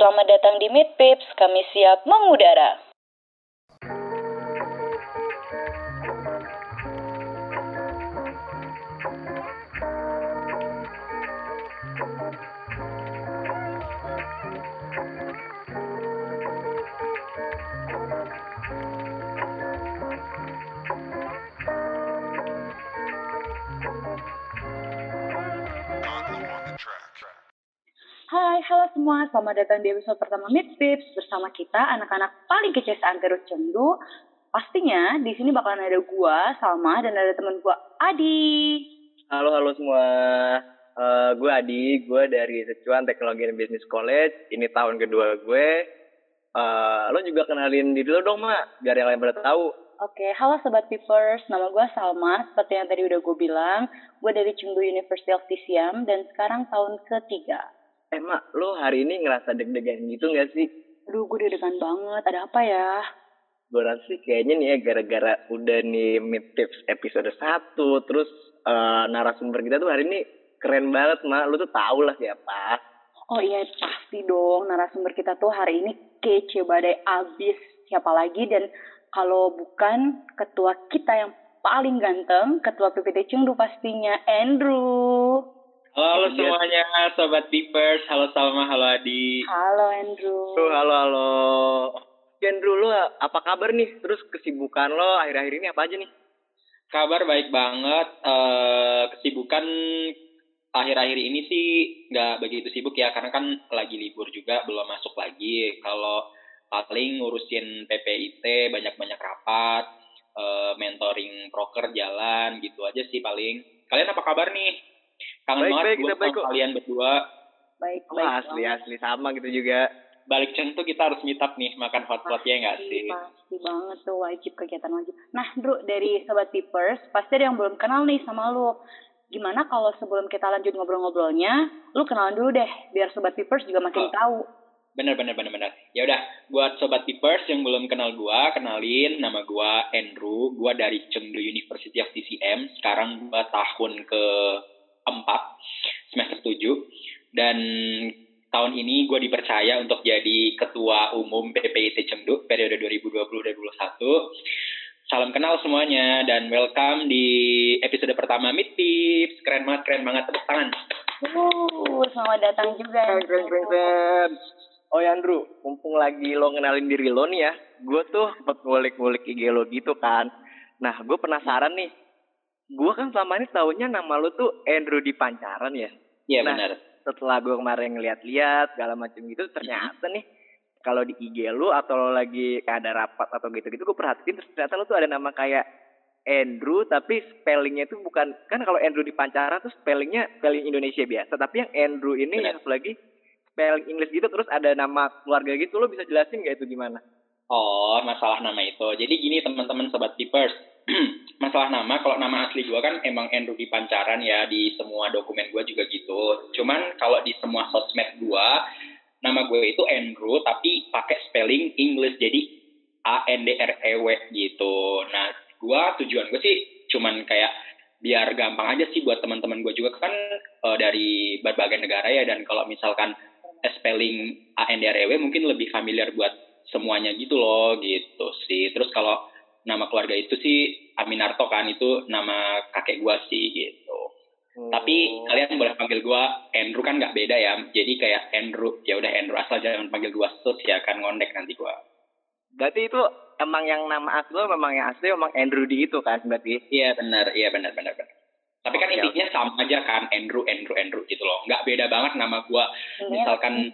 Selamat datang di Meet Pips, kami siap mengudara. Hai, halo semua. Selamat datang di episode pertama Meet Pips bersama kita anak-anak paling kece seantero Cengdu. Pastinya di sini bakalan ada gua, Salma, dan ada teman gua, Adi. Halo semua. Gue Adi, gue dari Sichuan Technology and Business College. Ini tahun kedua gue. Lo juga kenalin diri lo dong, Mak, biar yang lain pada tahu. Oke, halo Sobat Pipers. Nama gua Salma. Seperti yang tadi udah gue bilang, gue dari Chengdu University of TCM dan sekarang tahun ketiga. Mak, lo hari ini ngerasa deg-degan gitu gak sih? Aduh, gue deg-degan banget. Ada apa ya? Gue rasa sih kayaknya nih ya, gara-gara udah nih Meet Tips episode 1, terus narasumber kita tuh hari ini keren banget, Mak. Lo tuh tau lah siapa. Oh iya, pasti dong. Narasumber kita tuh hari ini kece badai abis. Siapa lagi? Dan kalau bukan ketua kita yang paling ganteng, ketua PPT Chengdu pastinya, Andrew. Halo semuanya, Sobat Pipers. Halo Salma, halo Adi. Halo Andrew. Halo. Andrew, lo apa kabar nih? Terus kesibukan lo akhir-akhir ini apa aja nih? Kabar baik banget. Kesibukan akhir-akhir ini sih nggak begitu sibuk ya, karena kan lagi libur juga, belum masuk lagi. Kalau paling ngurusin PPIT, banyak-banyak rapat, mentoring proker jalan, gitu aja sih paling. Kalian apa kabar nih? Kangen banget gue sama kalian berdua. Baik. Asli sama gitu juga. Balik Chengdu kita harus meet up nih, makan hotpot ya nggak sih? Pasti banget tuh, kegiatan wajib. Nah, Drew, dari Sobat Pipers, pasti ada yang belum kenal nih sama lu. Gimana kalau sebelum kita lanjut ngobrol-ngobrolnya, lu kenalan dulu deh, biar Sobat Pipers juga makin tahu. Bener. Ya udah, buat Sobat Pipers yang belum kenal gua, kenalin, nama gua Andrew. Gua dari Chengdu University of TCM. Sekarang gua tahun ke-4, semester 7. Dan tahun ini gue dipercaya untuk jadi Ketua Umum PPIT Chengdu periode 2020-2021. Salam kenal semuanya dan welcome di episode pertama Meet Tips. Keren banget, tepuk tangan. Selamat datang juga. Keren. Oh ya Andrew, mumpung lagi lo ngenalin diri lo nih ya, gue tuh sempat ngulik-ngulik IG lo gitu kan. Nah, gue penasaran nih. Gue kan selama ini taunya nama lo tuh Andrew di Pancaran ya. Iya benar. Setelah gue kemarin ngeliat-liat segala macam gitu, ternyata nih kalau di IG lu atau lo lagi ada rapat atau gitu-gitu, gue perhatiin ternyata lo tuh ada nama kayak Andrew, tapi spellingnya itu bukan, kan kalau Andrew di Pancara tuh spelling Indonesia biasa, tapi yang Andrew ini yang lagi spelling English gitu, terus ada nama keluarga gitu. Lo bisa jelasin gak itu gimana? Oh, masalah nama itu. Jadi gini teman-teman Sobat Pipers. Masalah nama, kalau nama asli gue kan emang Andrew di Pancaran ya, di semua dokumen gue juga gitu. Cuman kalau di semua sosmed gue, nama gue itu Andrew tapi pakai spelling English, jadi ANDREW gitu. Nah, tujuan gue sih cuman kayak biar gampang aja sih buat teman-teman gue juga kan dari berbagai negara ya, dan kalau misalkan spelling ANDREW mungkin lebih familiar buat semuanya gitu loh, gitu sih. Terus kalau nama keluarga itu sih Aminarto kan, itu nama kakek gue sih gitu. Tapi kalian boleh panggil gue Andrew, kan nggak beda ya. Jadi kayak Andrew, ya udah Andrew asal, jangan panggil gue Sus ya, kan ngondek nanti gue. Berarti itu emang yang nama asli lo memang yang asli emang Andrew di itu kan berarti? Iya benar. Tapi kan intinya sama aja kan, Andrew gitu loh. Nggak beda banget nama gue. Misalkan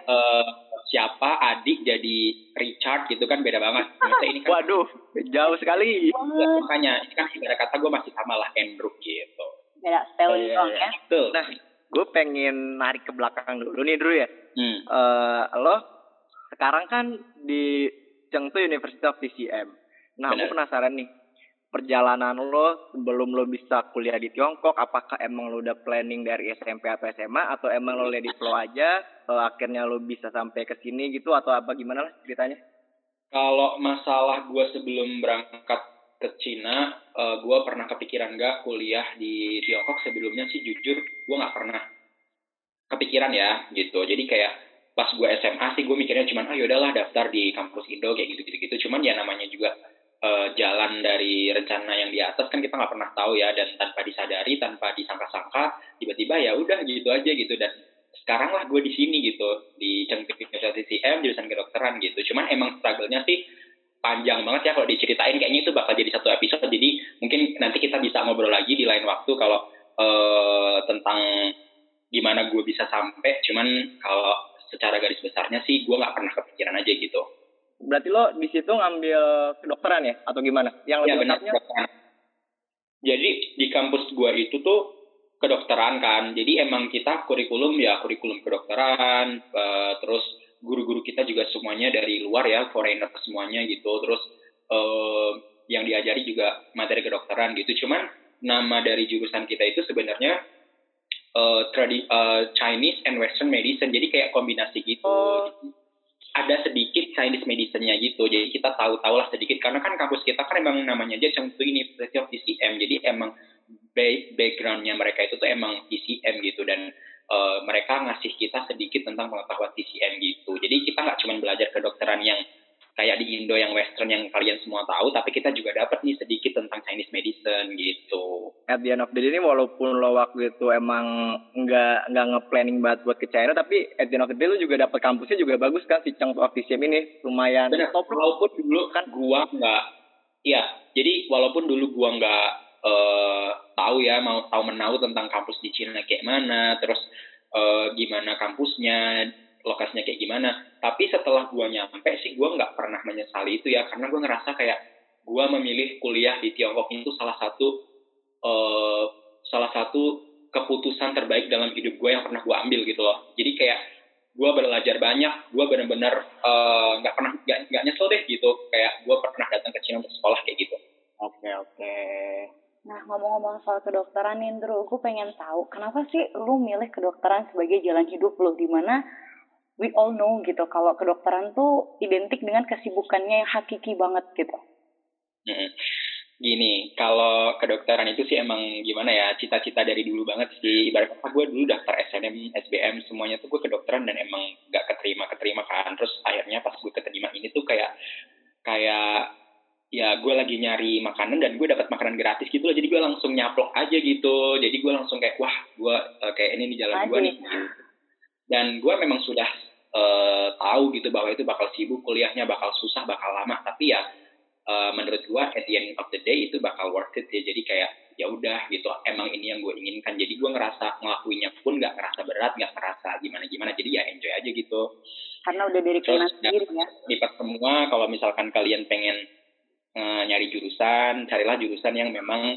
siapa adik jadi Richard gitu kan beda banget. Ini kan, waduh, jauh sekali. Makanya ini kan ibarat kata gue masih sama lah Andrew gitu. Beda spelling dong ya. Betul. Nah, gue pengen narik ke belakang dulu nih Drew ya. Lo sekarang kan di Chengdu University of TCM. Nah, gue penasaran nih, perjalanan lo sebelum lo bisa kuliah di Tiongkok, apakah emang lo udah planning dari SMP atau SMA, atau emang lo let it flow aja, akhirnya lo bisa sampai ke sini gitu, atau apa gimana lah ceritanya? Kalau masalah gue sebelum berangkat ke Cina, gue pernah kepikiran gak kuliah di Tiongkok. Sebelumnya sih jujur gue gak pernah kepikiran ya gitu. Jadi kayak pas gue SMA sih gue mikirnya cuman yaudahlah daftar di kampus Indo kayak gitu. Cuman ya namanya juga jalan dari rencana yang di atas kan kita nggak pernah tahu ya, dan tanpa disadari, tanpa disangka-sangka, tiba-tiba ya udah gitu aja gitu. Dan sekarang lah gue di sini gitu, di Chengtu University CCM jurusan kedokteran gitu. Cuman emang struggle-nya sih panjang banget ya, kalau diceritain kayaknya itu bakal jadi satu episode. Jadi mungkin nanti kita bisa ngobrol lagi di lain waktu kalau tentang gimana gue bisa sampai. Cuman kalau secara garis besarnya sih gue nggak pernah kepikiran aja gitu. Berarti lo di situ ngambil kedokteran ya atau gimana? Yang lebih lengkapnya? Jadi di kampus gue itu tuh kedokteran kan. Jadi emang kita kurikulum kedokteran, terus guru-guru kita juga semuanya dari luar ya, foreigner semuanya gitu. Terus yang diajari juga materi kedokteran gitu. Cuman nama dari jurusan kita itu sebenarnya Chinese and Western Medicine. Jadi kayak kombinasi gitu. Ada sedikit Chinese medicine-nya gitu. Jadi kita tahu lah sedikit, karena kan kampus kita kan emang namanya aja Chengtu University of TCM. Jadi emang background-nya mereka itu tuh emang TCM gitu, dan mereka ngasih kita sedikit tentang pengetahuan TCM gitu. Jadi kita nggak cuma belajar kedokteran yang kayak di Indo yang Western yang kalian semua tahu, tapi kita juga dapat nih sedikit tentang Chinese medicine gitu. At the end of the day ini, walaupun lo waktu itu emang nggak nge-planning banget buat ke China, tapi at the end of the day lo juga dapat kampusnya juga bagus kan, si Chengtu TCM ini lumayan. Benar. Walaupun dulu kan gua nggak, iya. Jadi walaupun dulu gua nggak tahu ya, mau tahu menau tentang kampus di China kayak mana, terus gimana kampusnya, lokasinya kayak gimana. Tapi setelah gue nyampe sih gue nggak pernah menyesali itu ya, karena gue ngerasa kayak gue memilih kuliah di Tiongkok itu salah satu keputusan terbaik dalam hidup gue yang pernah gue ambil gitu loh. Jadi kayak gue belajar banyak, gue benar-benar nggak nyesel deh gitu. Kayak gue pernah datang ke China untuk sekolah kayak gitu. Oke. Nah, ngomong-ngomong soal kedokteran nih, Indro, gue pengen tahu kenapa sih lu milih kedokteran sebagai jalan hidup lu, dimana we all know gitu kalau kedokteran tuh identik dengan kesibukannya yang hakiki banget gitu. Gini, kalau kedokteran itu sih emang gimana ya, cita-cita dari dulu banget sih. Ibarat kata gue dulu daftar SNM, SBM, semuanya tuh gue kedokteran, dan emang gak keterima kan. Terus akhirnya pas gue keterima ini tuh kayak ya gue lagi nyari makanan dan gue dapat makanan gratis gitu loh. Jadi gue langsung nyaplok aja gitu. Jadi gue langsung kayak wah, gue kayak ini di jalan gue nih. Dan gue memang sudah tahu gitu bahwa itu bakal sibuk kuliahnya, bakal susah, bakal lama. Tapi ya menurut gue at the end of the day itu bakal worth it ya. Jadi kayak ya udah gitu, emang ini yang gue inginkan. Jadi gue ngerasa ngelakuinnya pun nggak ngerasa berat, nggak ngerasa gimana. Jadi ya enjoy aja gitu. Karena udah dari kalian sendiri ya. Lipat semua, kalau misalkan kalian pengen nyari jurusan, carilah jurusan yang memang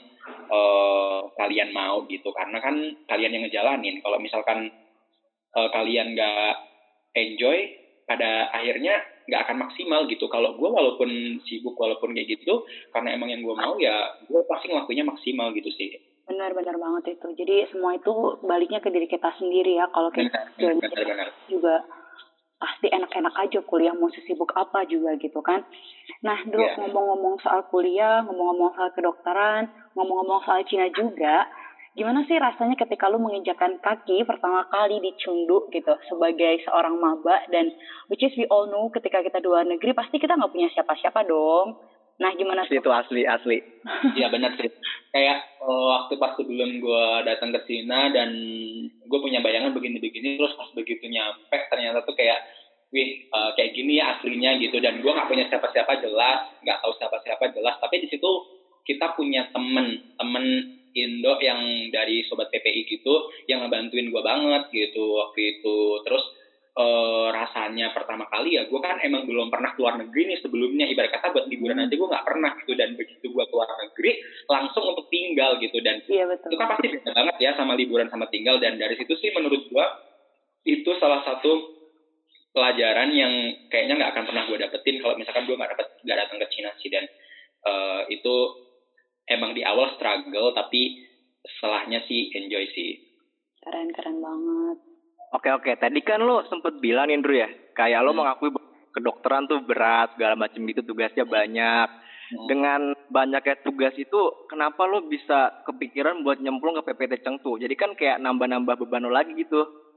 kalian mau gitu, karena kan kalian yang ngejalanin. Kalau misalkan kalian nggak enjoy, pada akhirnya nggak akan maksimal gitu. Kalau gue walaupun sibuk, walaupun kayak gitu, karena emang yang gue mau ya gue pasti ngelakuinnya maksimal gitu sih. Benar banget itu. Jadi semua itu baliknya ke diri kita sendiri ya. Kalau kita juga pasti enak-enak aja kuliah, mau sesibuk apa juga gitu kan. Nah, ngomong-ngomong soal kuliah, ngomong-ngomong soal kedokteran, ngomong-ngomong soal Cina juga, gimana sih rasanya ketika lu menginjakkan kaki pertama kali di Chengdu gitu sebagai seorang maba, dan which is we all know ketika kita di luar negeri pasti kita nggak punya siapa-siapa dong. Nah, gimana sih? Itu asli. Iya benar sih. Kayak waktu pas sebelum gue datang ke Cina dan gue punya bayangan begini-begini, terus pas begitu nyampe ternyata tuh kayak kayak gini ya aslinya gitu. Dan gue nggak punya siapa-siapa jelas, nggak tahu siapa-siapa jelas. Tapi di situ kita punya temen Indo yang dari sobat PPI gitu yang ngebantuin gue banget gitu waktu itu. Terus rasanya pertama kali ya, gue kan emang belum pernah keluar negeri nih sebelumnya, ibarat kata buat liburan aja gue nggak pernah gitu. Dan begitu gue keluar negeri langsung untuk tinggal gitu, dan itu kan pasti beda banget ya sama liburan sama tinggal. Dan dari situ sih menurut gue itu salah satu pelajaran yang kayaknya nggak akan pernah gue dapetin kalau misalkan gue nggak datang ke Cina sih. Dan itu emang di awal struggle, tapi setelahnya sih enjoy sih. Keren banget. Oke. Tadi kan lo sempet bilang nih, Andrew ya, kayak lo mengakui kedokteran tuh berat, segala macam gitu, tugasnya banyak. Dengan banyaknya tugas itu, kenapa lo bisa kepikiran buat nyemplung ke PPT Chengtu? Jadi kan kayak nambah-nambah beban lo lagi gitu.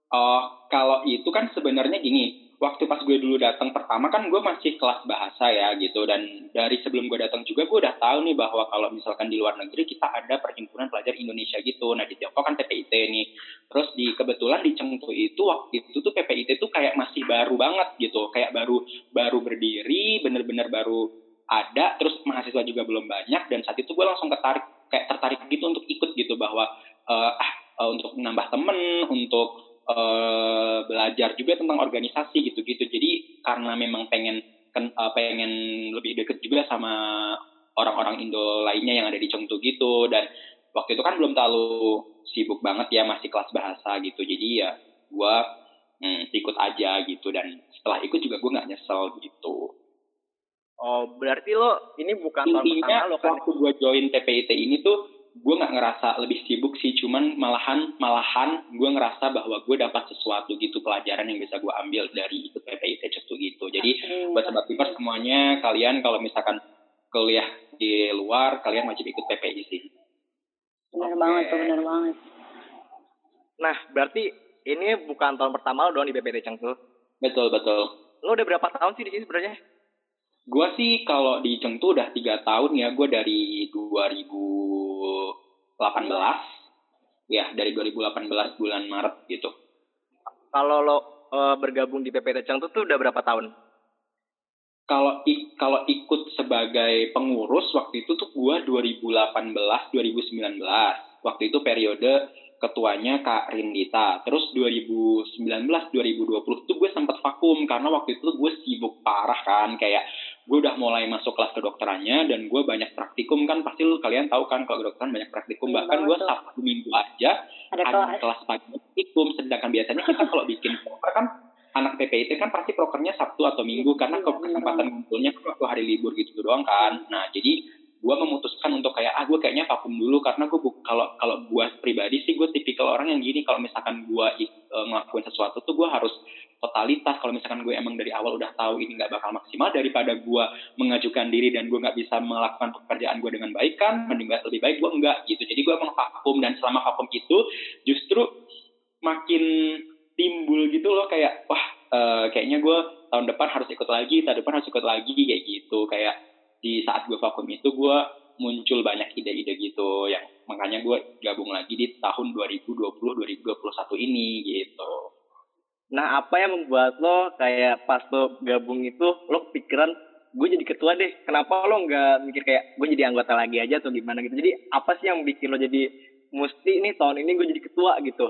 Kalau itu kan sebenarnya gini, waktu pas gue dulu datang pertama kan gue masih kelas bahasa ya gitu, dan dari sebelum gue datang juga gue udah tahu nih bahwa kalau misalkan di luar negeri kita ada perhimpunan pelajar Indonesia gitu. Nah di Tiongkok kan PPIT nih, terus kebetulan di Chengdu itu waktu itu tuh PPIT tuh kayak masih baru banget gitu, kayak baru berdiri, bener-bener baru ada, terus mahasiswa juga belum banyak, dan saat itu gue langsung tertarik gitu untuk ikut gitu, bahwa untuk menambah temen, untuk belajar juga tentang organisasi gitu-gitu. Jadi karena memang pengen lebih deket juga sama orang-orang Indo lainnya yang ada di Chengdu gitu, dan waktu itu kan belum terlalu sibuk banget ya, masih kelas bahasa gitu. Jadi ya gue ikut aja gitu, dan setelah ikut juga gue nggak nyesel gitu. Oh, berarti lo ini bukan tahun pertama lo kan? Waktu gue join TPIT ini tuh gue nggak ngerasa lebih sibuk sih, cuman malahan gue ngerasa bahwa gue dapat sesuatu gitu, pelajaran yang bisa gue ambil dari ikut PPIT gitu. Jadi buat sobat Pipers semuanya, kalian kalau misalkan kuliah di luar, kalian wajib ikut PPI sih. Benar banget tuh, benar banget. Nah, berarti ini bukan tahun pertama lo dong di PPT Chengdu? Betul. Lo udah berapa tahun sih di sini sebenarnya? Gue sih kalau di Chengdu udah 3 tahun ya, gue dari 2018. Ya, dari 2018 bulan Maret gitu. Kalau lo bergabung di PPT Chengdu tuh udah berapa tahun? Kalau ikut sebagai pengurus waktu itu tuh gue 2018-2019. Waktu itu periode ketuanya Kak Rindita. Terus 2019-2020 tuh gue sempat vakum karena waktu itu gue sibuk parah kan, kayak gue udah mulai masuk kelas kedokterannya dan gue banyak praktikum kan, pasti kalian tahu kan kalau kedokteran banyak praktikum. Bahkan gue Sabtu Minggu aja ada kelas pagi praktikum, sedangkan biasanya kita kalau bikin proker kan anak PPIT kan pasti prokernya Sabtu atau Minggu karena kesempatan ngumpulnya waktu hari libur gitu doang kan. Nah jadi gue memutuskan untuk kayak gue kayaknya vakum dulu, karena gue kalau gue pribadi sih gue tipikal orang yang gini, kalau misalkan gue ngelakuin sesuatu tuh gue harus totalitas. Kalau misalkan gue emang dari awal udah tahu ini nggak bakal maksimal, daripada gue mengajukan diri dan gue nggak bisa melakukan pekerjaan gue dengan baik kan, mending lebih baik gue enggak gitu. Jadi gue emang vakum, dan selama vakum itu justru makin timbul gitu loh, kayak wah kayaknya gue tahun depan harus ikut lagi kayak gitu. Kayak di saat gue vakum itu gue muncul banyak ide-ide gitu, yang makanya gue gabung lagi di tahun 2020-2021 ini gitu. Nah, apa yang membuat lo kayak pas lo gabung itu lo pikiran gue jadi ketua deh? Kenapa lo nggak mikir kayak gue jadi anggota lagi aja atau gimana gitu? Jadi apa sih yang bikin lo jadi mesti nih tahun ini gue jadi ketua gitu?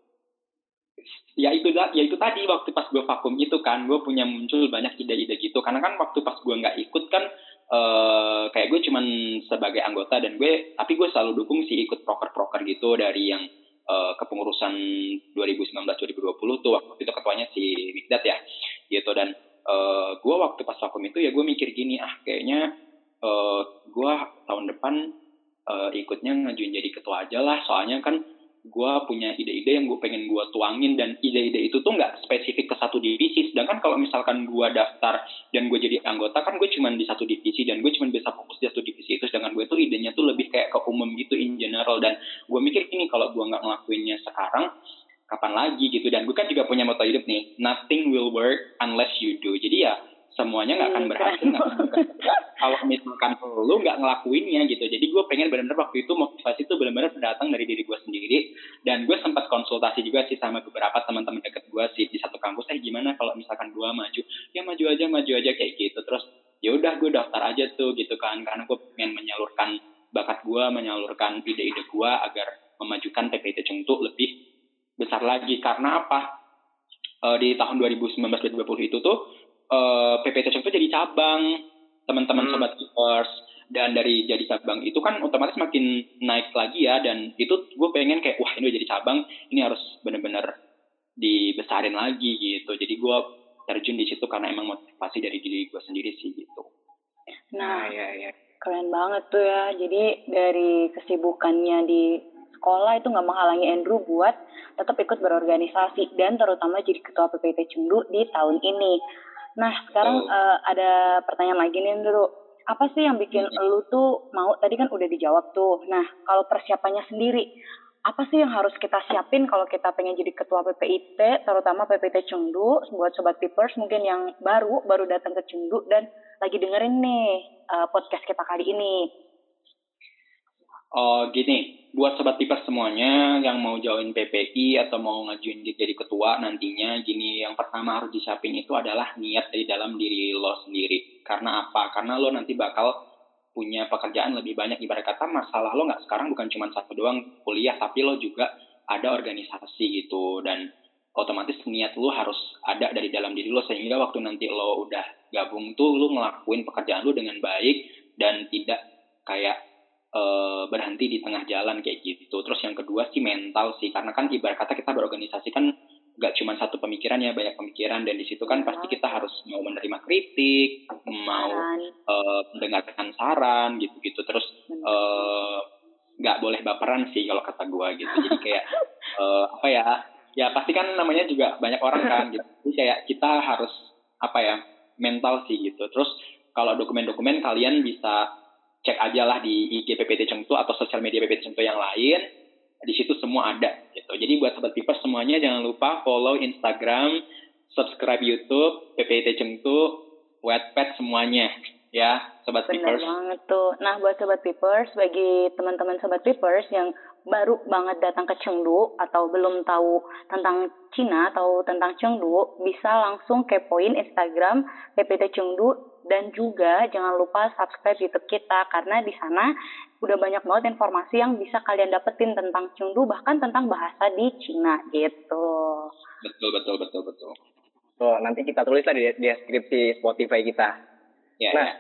Ya itu tadi, waktu pas gue vakum itu kan gue punya muncul banyak ide-ide gitu, karena kan waktu pas gue nggak ikut kan kayak gue cuman sebagai anggota, dan tapi gue selalu dukung sih ikut proker gitu dari yang kepengurusan 2019-2020 tuh, waktu itu ketuanya si Mikdat ya gitu. Dan gue waktu pas vakum itu ya gue mikir gini, kayaknya gue tahun depan ikutnya ngajuin jadi ketua aja lah, soalnya kan gue punya ide-ide yang gue pengen gue tuangin, dan ide-ide itu tuh nggak spesifik ke satu divisi. Sedangkan kalau misalkan gue daftar dan gue jadi anggota kan gue cuma di satu divisi, dan gue cuma bisa fokus di satu divisi itu. Sedangkan gue tuh idenya tuh lebih kayak ke umum gitu, in general. Dan gue mikir ini, kalau gue nggak ngelakuinnya sekarang kapan lagi gitu. Dan gue kan juga punya moto hidup nih, nothing will work unless you do. Jadi ya semuanya nggak akan berhasil kalau misalkan lu nggak ngelakuinnya gitu. Jadi gue pengen benar-benar waktu itu motivasi itu benar-benar datang dari diri gue sendiri. Dan gue sempat konsultasi juga sih sama beberapa teman-teman dekat gue sih di satu kampus, gimana kalau misalkan gue maju? Ya maju aja kayak gitu. Terus ya udah gue daftar aja tuh gitu kan, karena gue pengen menyalurkan bakat gue, menyalurkan ide-ide gue agar memajukan TPIT Chengdu lebih besar lagi. Karena apa? Di tahun 2019-2020 itu tuh PPT Chengdu jadi cabang, teman-teman sobat Keepers. Dan dari jadi cabang itu kan otomatis makin naik lagi ya. Dan itu gue pengen kayak wah ini udah jadi cabang, ini harus benar-benar dibesarin lagi gitu. Jadi gue terjun di situ karena emang motivasi dari diri gue sendiri sih gitu. Nah, ya. Keren banget tuh ya. Jadi dari kesibukannya di sekolah itu nggak menghalangi Andrew buat tetap ikut berorganisasi dan terutama jadi ketua PPT Chengdu di tahun ini. Nah, sekarang ada pertanyaan lagi nih, Andrew. Apa sih yang bikin lu tuh mau, tadi kan udah dijawab tuh. Nah, kalau persiapannya sendiri, apa sih yang harus kita siapin kalau kita pengen jadi ketua PPIT, terutama PPIT Chengdu, buat Sobat Pipers mungkin yang baru datang ke Chengdu dan lagi dengerin nih podcast kita kali ini. Gini, buat Sobat Pipers semuanya yang mau join PPI atau mau ngajuin jadi ketua nantinya, gini, yang pertama harus disiapin itu adalah niat dari dalam diri lo sendiri. Karena apa? Karena lo nanti bakal punya pekerjaan lebih banyak. Ibarat kata masalah lo nggak sekarang bukan cuma satu doang kuliah, tapi lo juga ada organisasi gitu, dan otomatis niat lo harus ada dari dalam diri lo, sehingga waktu nanti lo udah gabung tuh lo ngelakuin pekerjaan lo dengan baik dan tidak kayak berhenti di tengah jalan kayak gitu. Terus yang kedua sih mental sih, karena kan ibarat kata kita berorganisasi kan gak cuma satu pemikiran ya, banyak pemikiran, dan di situ kan pasti kita harus mau menerima kritik, mau mendengarkan saran gitu-gitu. Terus gak boleh baperan sih kalau kata gue gitu. Jadi kayak ya pasti kan namanya juga banyak orang kan gitu. Jadi kayak kita harus mental sih gitu. Terus kalau dokumen-dokumen kalian bisa cek aja lah di IG PPT Chengdu atau sosial media PPT Chengdu yang lain. Di situ semua ada gitu. Jadi buat Sobat Pipers semuanya jangan lupa follow Instagram, subscribe YouTube, PPT Chengdu, Wattpad semuanya ya, Sobat Pipers. Benar banget tuh. Nah, buat Sobat Pipers, bagi teman-teman Sobat Pipers yang baru banget datang ke Chengdu atau belum tahu tentang Cina atau tentang Chengdu, bisa langsung kepoin Instagram PPT Chengdu, dan juga jangan lupa subscribe YouTube kita, karena di sana udah banyak banget informasi yang bisa kalian dapetin tentang Chengdu, bahkan tentang bahasa di Cina gitu. Betul. So, nanti kita tulis lah di deskripsi Spotify kita. Ya, nah,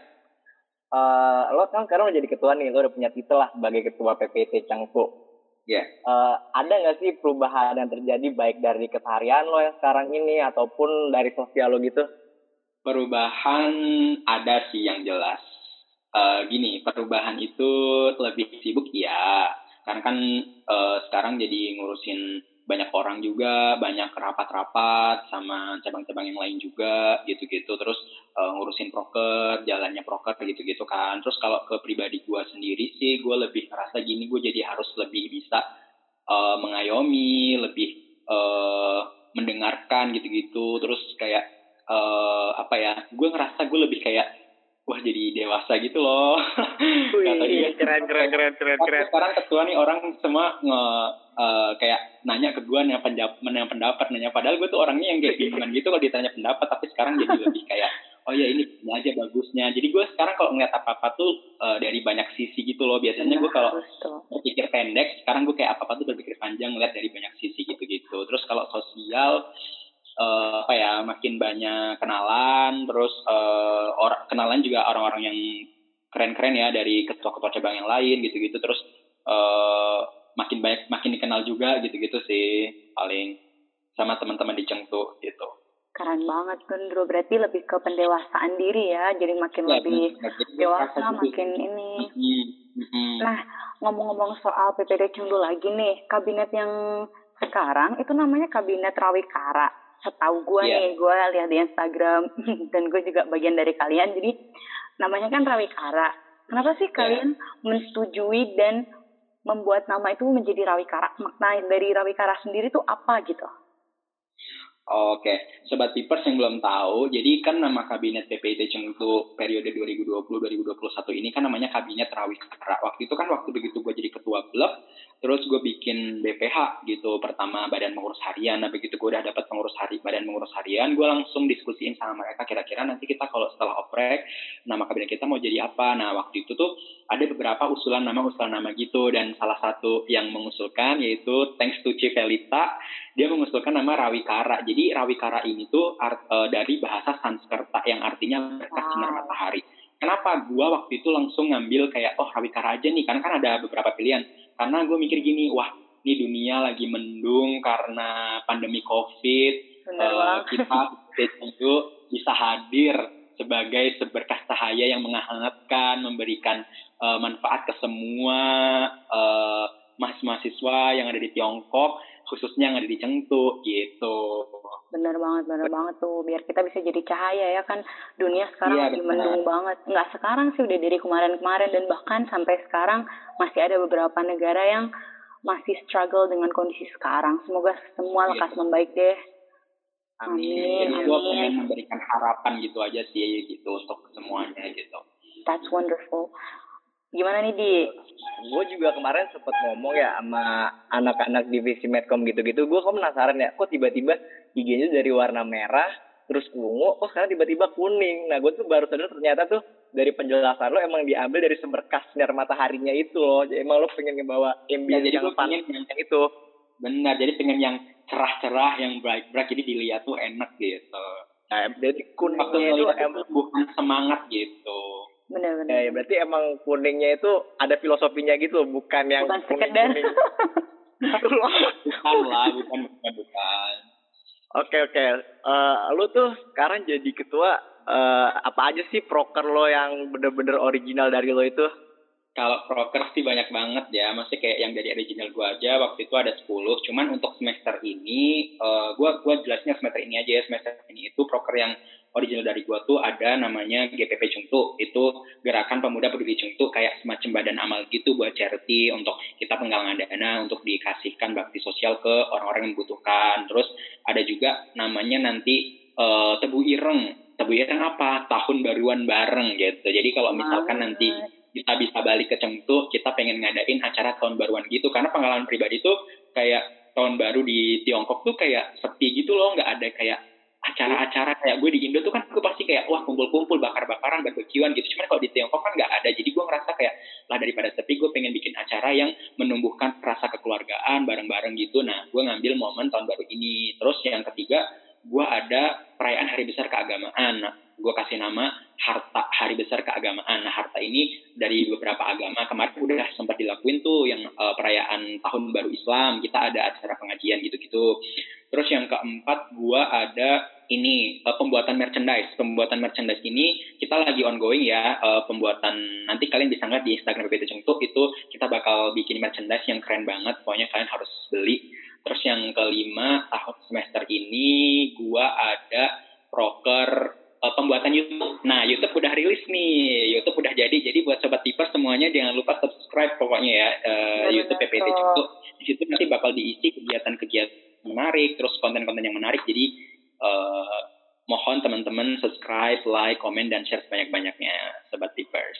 lo kan sekarang udah jadi ketua nih, lo udah punya titel lah sebagai ketua PPT Chengdu. Ya. Ada nggak sih perubahan yang terjadi baik dari keseharian lo yang sekarang ini ataupun dari sosial lo gitu? Perubahan ada sih yang jelas. Gini, perubahan itu lebih sibuk ya. Karena kan sekarang jadi ngurusin banyak orang juga, banyak rapat-rapat sama cabang-cabang yang lain juga gitu-gitu. Terus ngurusin proker, jalannya proker gitu-gitu kan. Terus kalau ke pribadi gue sendiri sih, gue lebih ngerasa gini, gue jadi harus lebih bisa mengayomi, lebih mendengarkan gitu-gitu. Terus kayak gue ngerasa gue lebih kayak wah jadi dewasa gitu loh. Keren. Sekarang ketua nih orang semua kayak nanya ke gue nanya pendapat, padahal gue tuh orangnya yang kayak bingungan gitu kalau ditanya pendapat, tapi sekarang jadi lebih kayak oh ya ini aja bagusnya. Jadi gue sekarang kalau ngeliat apa-apa tuh dari banyak sisi gitu loh. Biasanya gue kalau berpikir pendek, sekarang gue kayak apa-apa tuh berpikir panjang, ngeliat dari banyak sisi gitu-gitu. Terus kalau sosial makin banyak kenalan, terus kenalan juga orang-orang yang keren-keren ya dari ketua-ketua cabang yang lain gitu-gitu. Terus makin dikenal juga gitu-gitu sih paling sama teman-teman di Chengdu gitu. Keren banget kan, Bro. Berarti lebih ke pendewasaan diri ya, jadi makin lebih dewasa, makin ini. Nah, ngomong-ngomong soal PPT Chengdu lagi nih, kabinet yang sekarang itu namanya Kabinet Rawikara. Setahu gue nih, gue lihat di Instagram dan gue juga bagian dari kalian, jadi namanya kan Rawikara. Kenapa sih kalian menyetujui dan membuat nama itu menjadi Rawikara? Makna dari Rawikara sendiri tuh apa gitu? Oke, Sobat Pipers yang belum tahu, jadi kan nama Kabinet PPIT Chengdu periode 2020-2021 ini kan namanya Kabinet Rawikara. Waktu itu kan begitu gue jadi ketua blog, terus gue bikin BPH gitu, pertama Badan Pengurus Harian. Nah begitu gue udah dapat Badan Pengurus Harian, gue langsung diskusiin sama mereka kira-kira nanti kita kalau setelah oprek, nama kabinet kita mau jadi apa. Nah waktu itu tuh ada beberapa usulan nama gitu, dan salah satu yang mengusulkan yaitu thanks to Civelita, dia mengusulkan nama Rawikara. Jadi Rawikara ini tuh dari bahasa Sanskerta yang artinya berkas sinar matahari. Kenapa gue waktu itu langsung ngambil kayak Rawikara aja nih, karena kan ada beberapa pilihan. Karena gue mikir gini, wah ini dunia lagi mendung karena pandemi COVID, kita itu bisa hadir sebagai seberkas cahaya yang menghangatkan, memberikan manfaat ke semua mahasiswa yang ada di Tiongkok, khususnya yang ada di Chengdu gitu. Benar banget tuh, biar kita bisa jadi cahaya ya kan. Dunia sekarang lagi mendung banget. Nggak sekarang sih, udah dari kemarin dan bahkan sampai sekarang masih ada beberapa negara yang masih struggle dengan kondisi sekarang. Semoga semua lekas membaik deh. Amin. Gue pengen memberikan harapan gitu aja sih gitu untuk semuanya gitu. That's wonderful. Gimana nih Di? Gue juga kemarin sempat ngomong ya sama anak-anak divisi medcom gitu-gitu. Gue kok penasaran ya, kok tiba-tiba IG-nya dari warna merah terus ungu, kok sekarang tiba-tiba kuning. Nah gue tuh baru sadar ternyata tuh dari penjelasan lo emang diambil dari seberkas sinar mataharinya itu loh. Jadi emang lo pengen ngebawa ambience yang fun yang itu. Benar, jadi pengen yang cerah-cerah, yang bright-bright, jadi dilihat tuh enak gitu. Nah, jadi kuningnya itu emang bukan semangat gitu. Benar-benar. Ya, berarti emang kuningnya itu ada filosofinya gitu, bukan yang sekedar. bukan. Oke. Lu tuh sekarang jadi ketua, apa aja sih proker lo yang bener-bener original dari lo itu? Kalau proker sih banyak banget ya, maksudnya kayak yang dari original gua aja waktu itu ada 10, cuman untuk semester ini, gua jelasnya semester ini aja ya, semester ini itu proker yang original dari gua tuh ada namanya GPP Cungtu, itu Gerakan Pemuda Peduli Cungtu, kayak semacam badan amal gitu buat charity, untuk kita penggalangan dana, untuk dikasihkan bakti sosial ke orang-orang yang membutuhkan. Terus ada juga namanya nanti Tebu Ireng apa? Tahun Baruan Bareng gitu, jadi kalau misalkan nanti kita bisa balik ke Cengtu, kita pengen ngadain acara tahun baruan gitu, karena pengalaman pribadi tuh kayak tahun baru di Tiongkok tuh kayak sepi gitu loh, nggak ada kayak acara-acara kayak gue di Indo tuh kan gue pasti kayak wah kumpul-kumpul, bakar-bakaran, barbekyuan gitu, cuman kalau di Tiongkok kan nggak ada, jadi gue ngerasa kayak lah daripada sepi gue pengen bikin acara yang menumbuhkan rasa kekeluargaan bareng-bareng gitu. Nah gue ngambil momen tahun baru ini. Terus yang ketiga, gue ada perayaan Hari Besar Keagamaan. Nah, gue kasih nama Harta, Hari Besar Keagamaan. Nah, Harta ini dari beberapa agama. Kemarin udah sempat dilakuin tuh yang perayaan Tahun Baru Islam. Kita ada acara pengajian gitu-gitu. Terus yang keempat, gue ada ini pembuatan merchandise. Pembuatan merchandise ini kita lagi ongoing ya. Pembuatan, nanti kalian bisa lihat di Instagram PPT Cengtuk, itu kita bakal bikin merchandise yang keren banget. Pokoknya kalian harus beli. Terus yang kelima, tahun semester ini gua ada proker pembuatan YouTube. Nah, YouTube udah rilis nih. YouTube udah jadi. Jadi buat sobat tipers semuanya jangan lupa subscribe pokoknya ya YouTube PPT Cengtuk. Di situ nanti bakal diisi kegiatan-kegiatan menarik, terus konten-konten yang menarik. Jadi mohon teman-teman subscribe, like, komen, dan share sebanyak-banyaknya sobat tipers.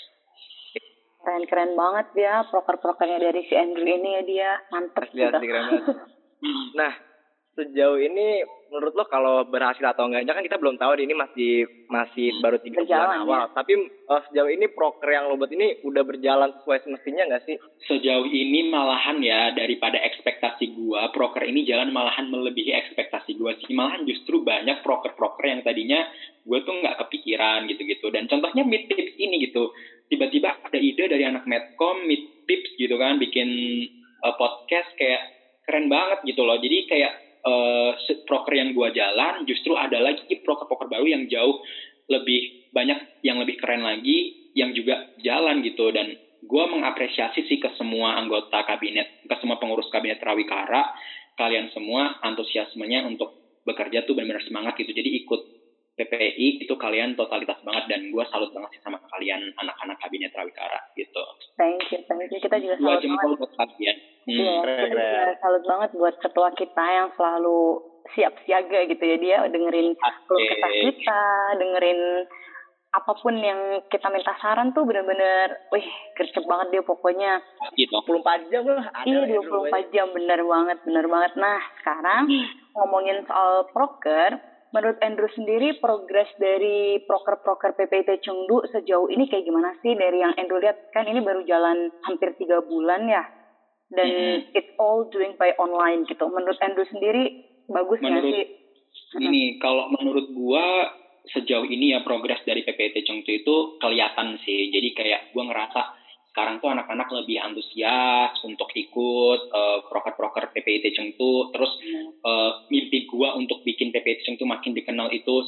Keren banget dia proker-prokernya dari si Andrew ini ya, dia mantep gitu. Nah, sejauh ini menurut lo kalau berhasil atau enggaknya kan kita belum tahu, ini masih baru 3 bulan awal. Ya. Tapi sejauh ini proker yang lo buat ini udah berjalan sesuai semestinya nggak sih? Sejauh ini malahan ya, daripada ekspektasi gua, proker ini jalan malahan melebihi ekspektasi gua sih. Malahan justru banyak proker-proker yang tadinya gua tuh nggak kepikiran gitu-gitu. Dan contohnya Meet Tips ini gitu. Tiba-tiba ada ide dari anak medcom, Meet Tips gitu kan, bikin podcast kayak keren banget gitu loh. Jadi kayak proker yang gua jalan, justru ada lagi proker-proker baru yang jauh lebih banyak, yang lebih keren lagi, yang juga jalan gitu. Dan gua mengapresiasi sih ke semua anggota kabinet, ke semua pengurus kabinet Rawikara, kalian semua antusiasmenya untuk bekerja tuh benar-benar semangat gitu. Jadi ikut PPI itu kalian totalitas banget, dan gue salut banget sih sama kalian anak-anak kabinet Rawikara gitu. Thank you. Kita juga salut banget buat kalian. Kita juga salut banget buat ketua kita yang selalu siap siaga gitu ya, dia dengerin keluh kesah kita, dengerin apapun yang kita minta saran tuh bener-bener, gercep banget dia pokoknya. 24 jam lah. Iya 24 jam, bener banget. Nah sekarang ngomongin soal proker, menurut Andrew sendiri progres dari proker-proker PPT Cengdu sejauh ini kayak gimana sih? Dari yang Andrew lihat kan ini baru jalan hampir 3 bulan ya, dan it's all doing by online gitu. Menurut Andrew sendiri bagus nggak sih? Ini kalau menurut gua sejauh ini ya progres dari PPT Cengtu itu kelihatan sih. Jadi kayak gua ngerasa sekarang tuh anak-anak lebih antusias untuk ikut proker-proker PPT Cengtu. Terus mimpi gua untuk bikin PPT Cengtu makin dikenal itu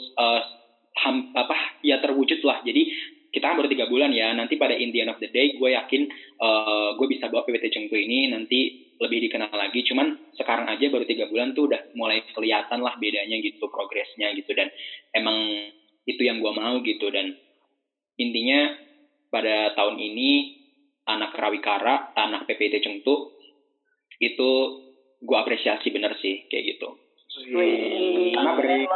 ya terwujud lah. Jadi kita kan baru 3 bulan ya, nanti pada in the end of the day gue yakin gue bisa bawa PPT Cengtu ini nanti lebih dikenal lagi. Cuman sekarang aja baru 3 bulan tuh udah mulai kelihatan lah bedanya gitu, progresnya gitu. Dan emang itu yang gue mau gitu. Dan intinya pada tahun ini anak Rawikara, anak PPT Cengtu Itu gue apresiasi bener sih kayak gitu. Karena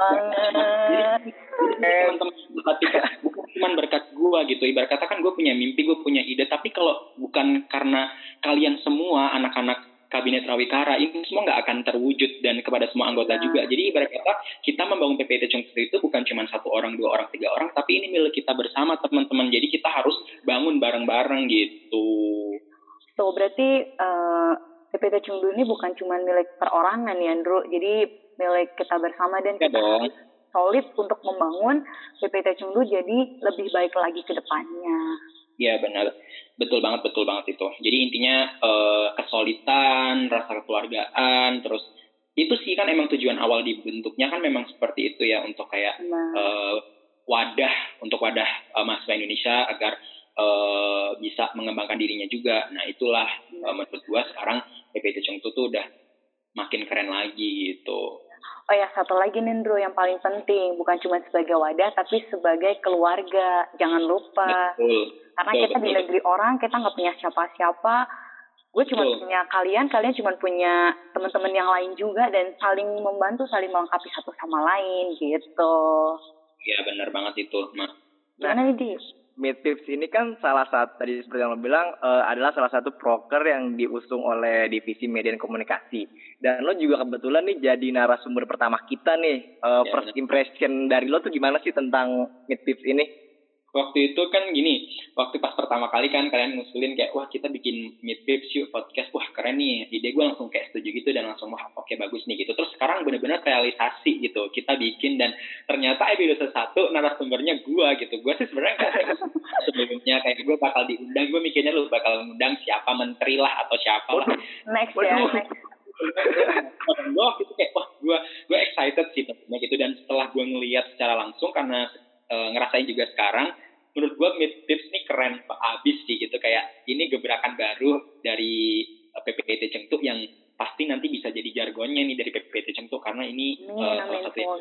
teman-teman bukan cuma berkat gue gitu. Ibarat kata kan gue punya mimpi, gue punya ide, tapi kalau bukan karena kalian semua anak-anak Kabinet Rawikara, ini semua nggak akan terwujud, dan kepada semua anggota juga. Jadi ibarat kata kita membangun PPT Chungtu itu bukan cuma 1 orang, 2 orang, 3 orang, tapi ini milik kita bersama teman-teman. Jadi kita harus bangun bareng-bareng gitu. So berarti PPT Chungdu ini bukan cuma milik perorangan ya, Andrew. Jadi milik kita bersama, dan kita harus solid untuk membangun PPT Chungdu jadi lebih baik lagi ke depannya. Iya benar, betul banget itu. Jadi intinya kesolidan, rasa kekeluargaan, terus itu sih kan emang tujuan awal dibentuknya kan memang seperti itu ya, untuk kayak wadah mahasiswa Indonesia agar bisa mengembangkan dirinya juga. Nah itulah menurut gua sekarang PPT Chungtu tuh udah makin keren lagi gitu. Oh ya, satu lagi nih Ndro, yang paling penting, bukan cuma sebagai wadah tapi sebagai keluarga. Jangan lupa. Betul. Karena kita di negeri orang, kita nggak punya siapa-siapa. Gue cuma punya kalian cuma punya teman-teman yang lain juga, dan saling membantu, saling melengkapi satu sama lain gitu. Iya benar banget itu, Mak. Gimana nih, Di? Midpips ini kan salah satu, tadi seperti yang lo bilang, adalah salah satu proker yang diusung oleh divisi media dan komunikasi. Dan lo juga kebetulan nih jadi narasumber pertama kita nih. First impression dari lo tuh gimana sih tentang Midpips ini? Waktu itu kan gini, waktu pas pertama kali kan kalian ngusulin kayak, wah kita bikin Midpips yuk podcast, wah keren nih, ide gue langsung kayak setuju gitu, dan langsung wah oke bagus nih gitu. Terus sekarang benar-benar realisasi gitu, kita bikin, dan ternyata episode 1 narasumbernya gue gitu. Gue sih sebenarnya nggak sebelumnya kayak gue bakal diundang, gue mikirnya lu bakal ngundang siapa, menteri lah atau siapa lah. Next ya, next. Gue waktu itu kayak, wah gue excited sih tentunya gitu, dan setelah gue ngelihat secara langsung karena ngerasain juga sekarang, menurut gue Midpips ini keren abis sih gitu. Kayak ini gebrakan baru dari PPT Chungtu yang pasti nanti bisa jadi jargonnya nih dari PPT Chungtu, karena ini salah satu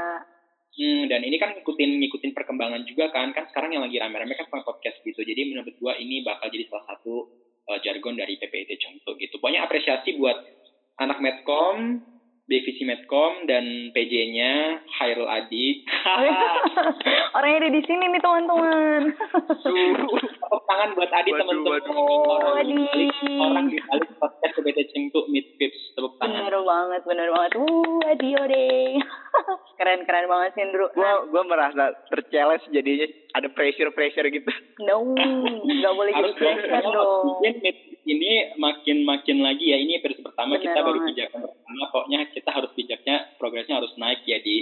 dan ini kan ngikutin perkembangan juga kan sekarang yang lagi rame-rame kan podcast gitu. Jadi menurut gue ini bakal jadi salah satu jargon dari PPT Chungtu gitu. Banyak apresiasi buat anak Medcom, divisi Medcom, dan PJ-nya Hairul Adi. Orangnya ada di sini nih teman-teman. Tepuk tangan buat Adi teman-teman. Orang di balik podcast PPT Chungtu Midpips. Tepuk tangan. Bener banget. Adi odeng. Keren banget sih, Ndru. Gue merasa ter-challenge jadinya, ada pressure gitu. No, nggak boleh jadi pressure dong. Ini makin lagi ya, ini episode pertama. Bener kita banget. Baru pijakan pertama, pokoknya kita harus pijaknya, progresnya harus naik ya, Di.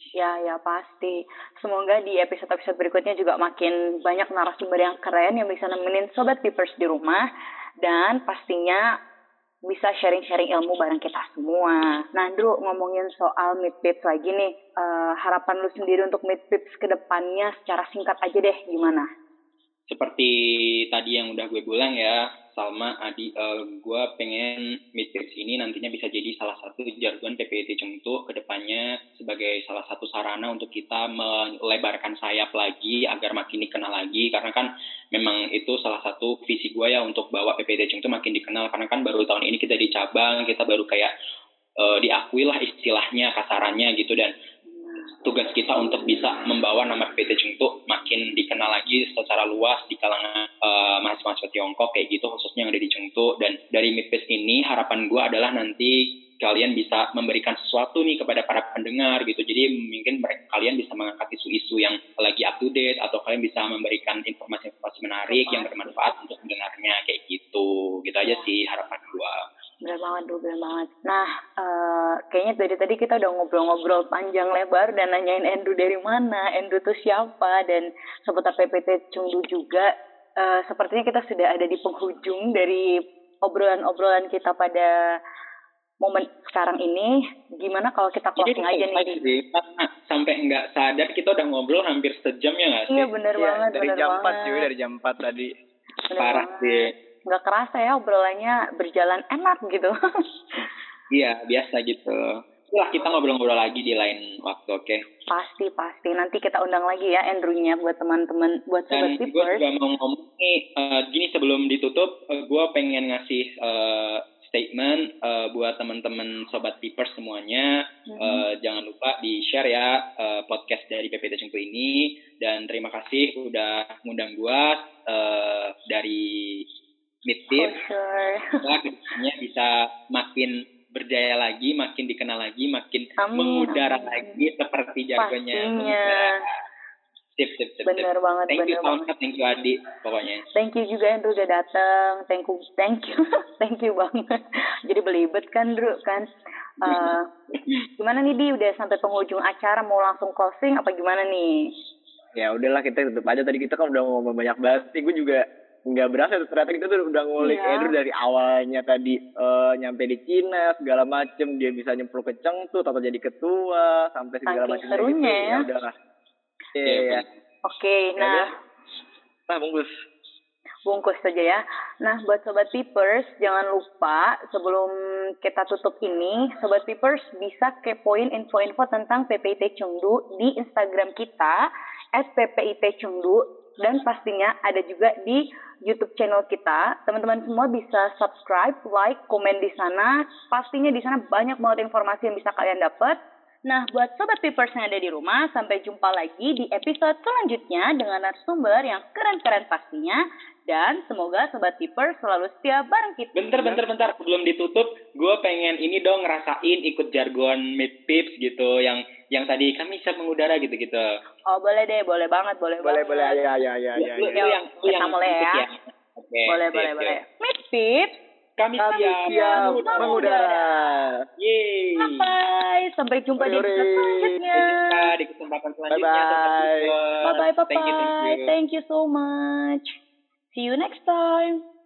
Ya pasti. Semoga di episode-episode berikutnya juga makin banyak narasumber yang keren yang bisa nemenin Sobat Pipers di rumah, dan pastinya bisa sharing-sharing ilmu bareng kita semua. Nah, Ndru, ngomongin soal Midpips lagi nih, harapan lu sendiri untuk Midpips ke depannya secara singkat aja deh, gimana? Seperti tadi yang udah gue bilang ya, Salma, Adi, gue pengen Midpips ini nantinya bisa jadi salah satu jargon PPT Chungtu ke depannya, sebagai salah satu sarana untuk kita melebarkan sayap lagi agar makin dikenal lagi, karena kan memang itu salah satu visi gue ya, untuk bawa PPT Chungtu makin dikenal, karena kan baru tahun ini kita di cabang, kita baru kayak diakui lah istilahnya, kasarannya gitu, dan tugas kita untuk bisa membawa nama PPT Chungtu makin dikenal lagi secara luas di kalangan mahasiswa Tiongkok kayak gitu, khususnya yang ada di Chungtu. Dan dari Midpips ini harapan gue adalah nanti kalian bisa memberikan sesuatu nih kepada para pendengar gitu. Jadi mungkin kalian bisa mengangkat isu-isu yang lagi up to date, atau kalian bisa memberikan informasi-informasi menarik yang bermanfaat untuk pendengarnya kayak gitu. Gitu aja sih harapan gue. Bener banget. Nah, kayaknya dari tadi kita udah ngobrol-ngobrol panjang lebar dan nanyain Andrew dari mana, Andrew tuh siapa, dan seputar PPT Chungdu juga. Sepertinya kita sudah ada di penghujung dari obrolan-obrolan kita pada momen sekarang ini. Gimana kalau kita closing aja nih? Sampai nggak sadar kita udah ngobrol hampir sejam ya nggak sih? Iya bener banget. Dari jam 4 juga, dari jam 4 tadi. Parah sih. Nggak kerasa ya obrolannya berjalan enak gitu. Iya, biasa gitu. Setelah kita ngobrol-ngobrol lagi di lain waktu, oke? Pasti. Nanti kita undang lagi ya Andrew-nya buat teman-teman, buat Sobat Pipers. Dan gue juga mau ngomong nih, gini sebelum ditutup, gue pengen ngasih statement buat teman-teman sobat Pipers semuanya. Jangan lupa di-share ya podcast dari PPT Cengdu ini, dan terima kasih udah ngundang gua dari Midtip. Kedepannya bisa makin berjaya lagi, makin dikenal lagi, makin mengudara lagi seperti jargonnya. Sip. Bener banget. Thank you Adi, pokoknya. Thank you juga Andrew udah datang. Thank you banget. Jadi belibet kan Andrew kan. Gimana nih Di, udah sampai penghujung acara, mau langsung closing apa gimana nih? Ya udahlah, kita tutup aja. Tadi kita kan udah ngomong banyak banget. Gue juga nggak berasa ternyata kita tuh udah ngulik Andrew dari awalnya tadi nyampe di Cina segala macem, dia bisa nyemplung ke Chengdu atau jadi ketua sampai segala macam gitu. Ya udahlah. Iya. Oke, nah bungkus saja ya. Nah, buat Sobat Pipers, jangan lupa sebelum kita tutup ini, Sobat Pipers bisa kepoin info-info tentang PPIT Chengdu di Instagram kita @PPIT-Chengdu, dan pastinya ada juga di YouTube channel kita. Teman-teman semua bisa subscribe, like, komen di sana. Pastinya di sana banyak banget informasi yang bisa kalian dapat. Nah, buat Sobat Pipers yang ada di rumah, sampai jumpa lagi di episode selanjutnya dengan narasumber yang keren-keren pastinya. Dan semoga Sobat Pipers selalu setia bareng kita. Bentar. Sebelum ditutup, gue pengen ini dong ngerasain ikut jargon Midpips gitu. Yang tadi kami siap mengudara gitu-gitu. Oh, boleh deh. Boleh banget. Boleh. Ya. Kita mulai ya. Oke. Boleh. Midpips. Kami siap mengudara. Yeay. Bye. Sampai jumpa di episode selanjutnya. Di kesempatan selanjutnya. Bye. Thank you so much. See you next time.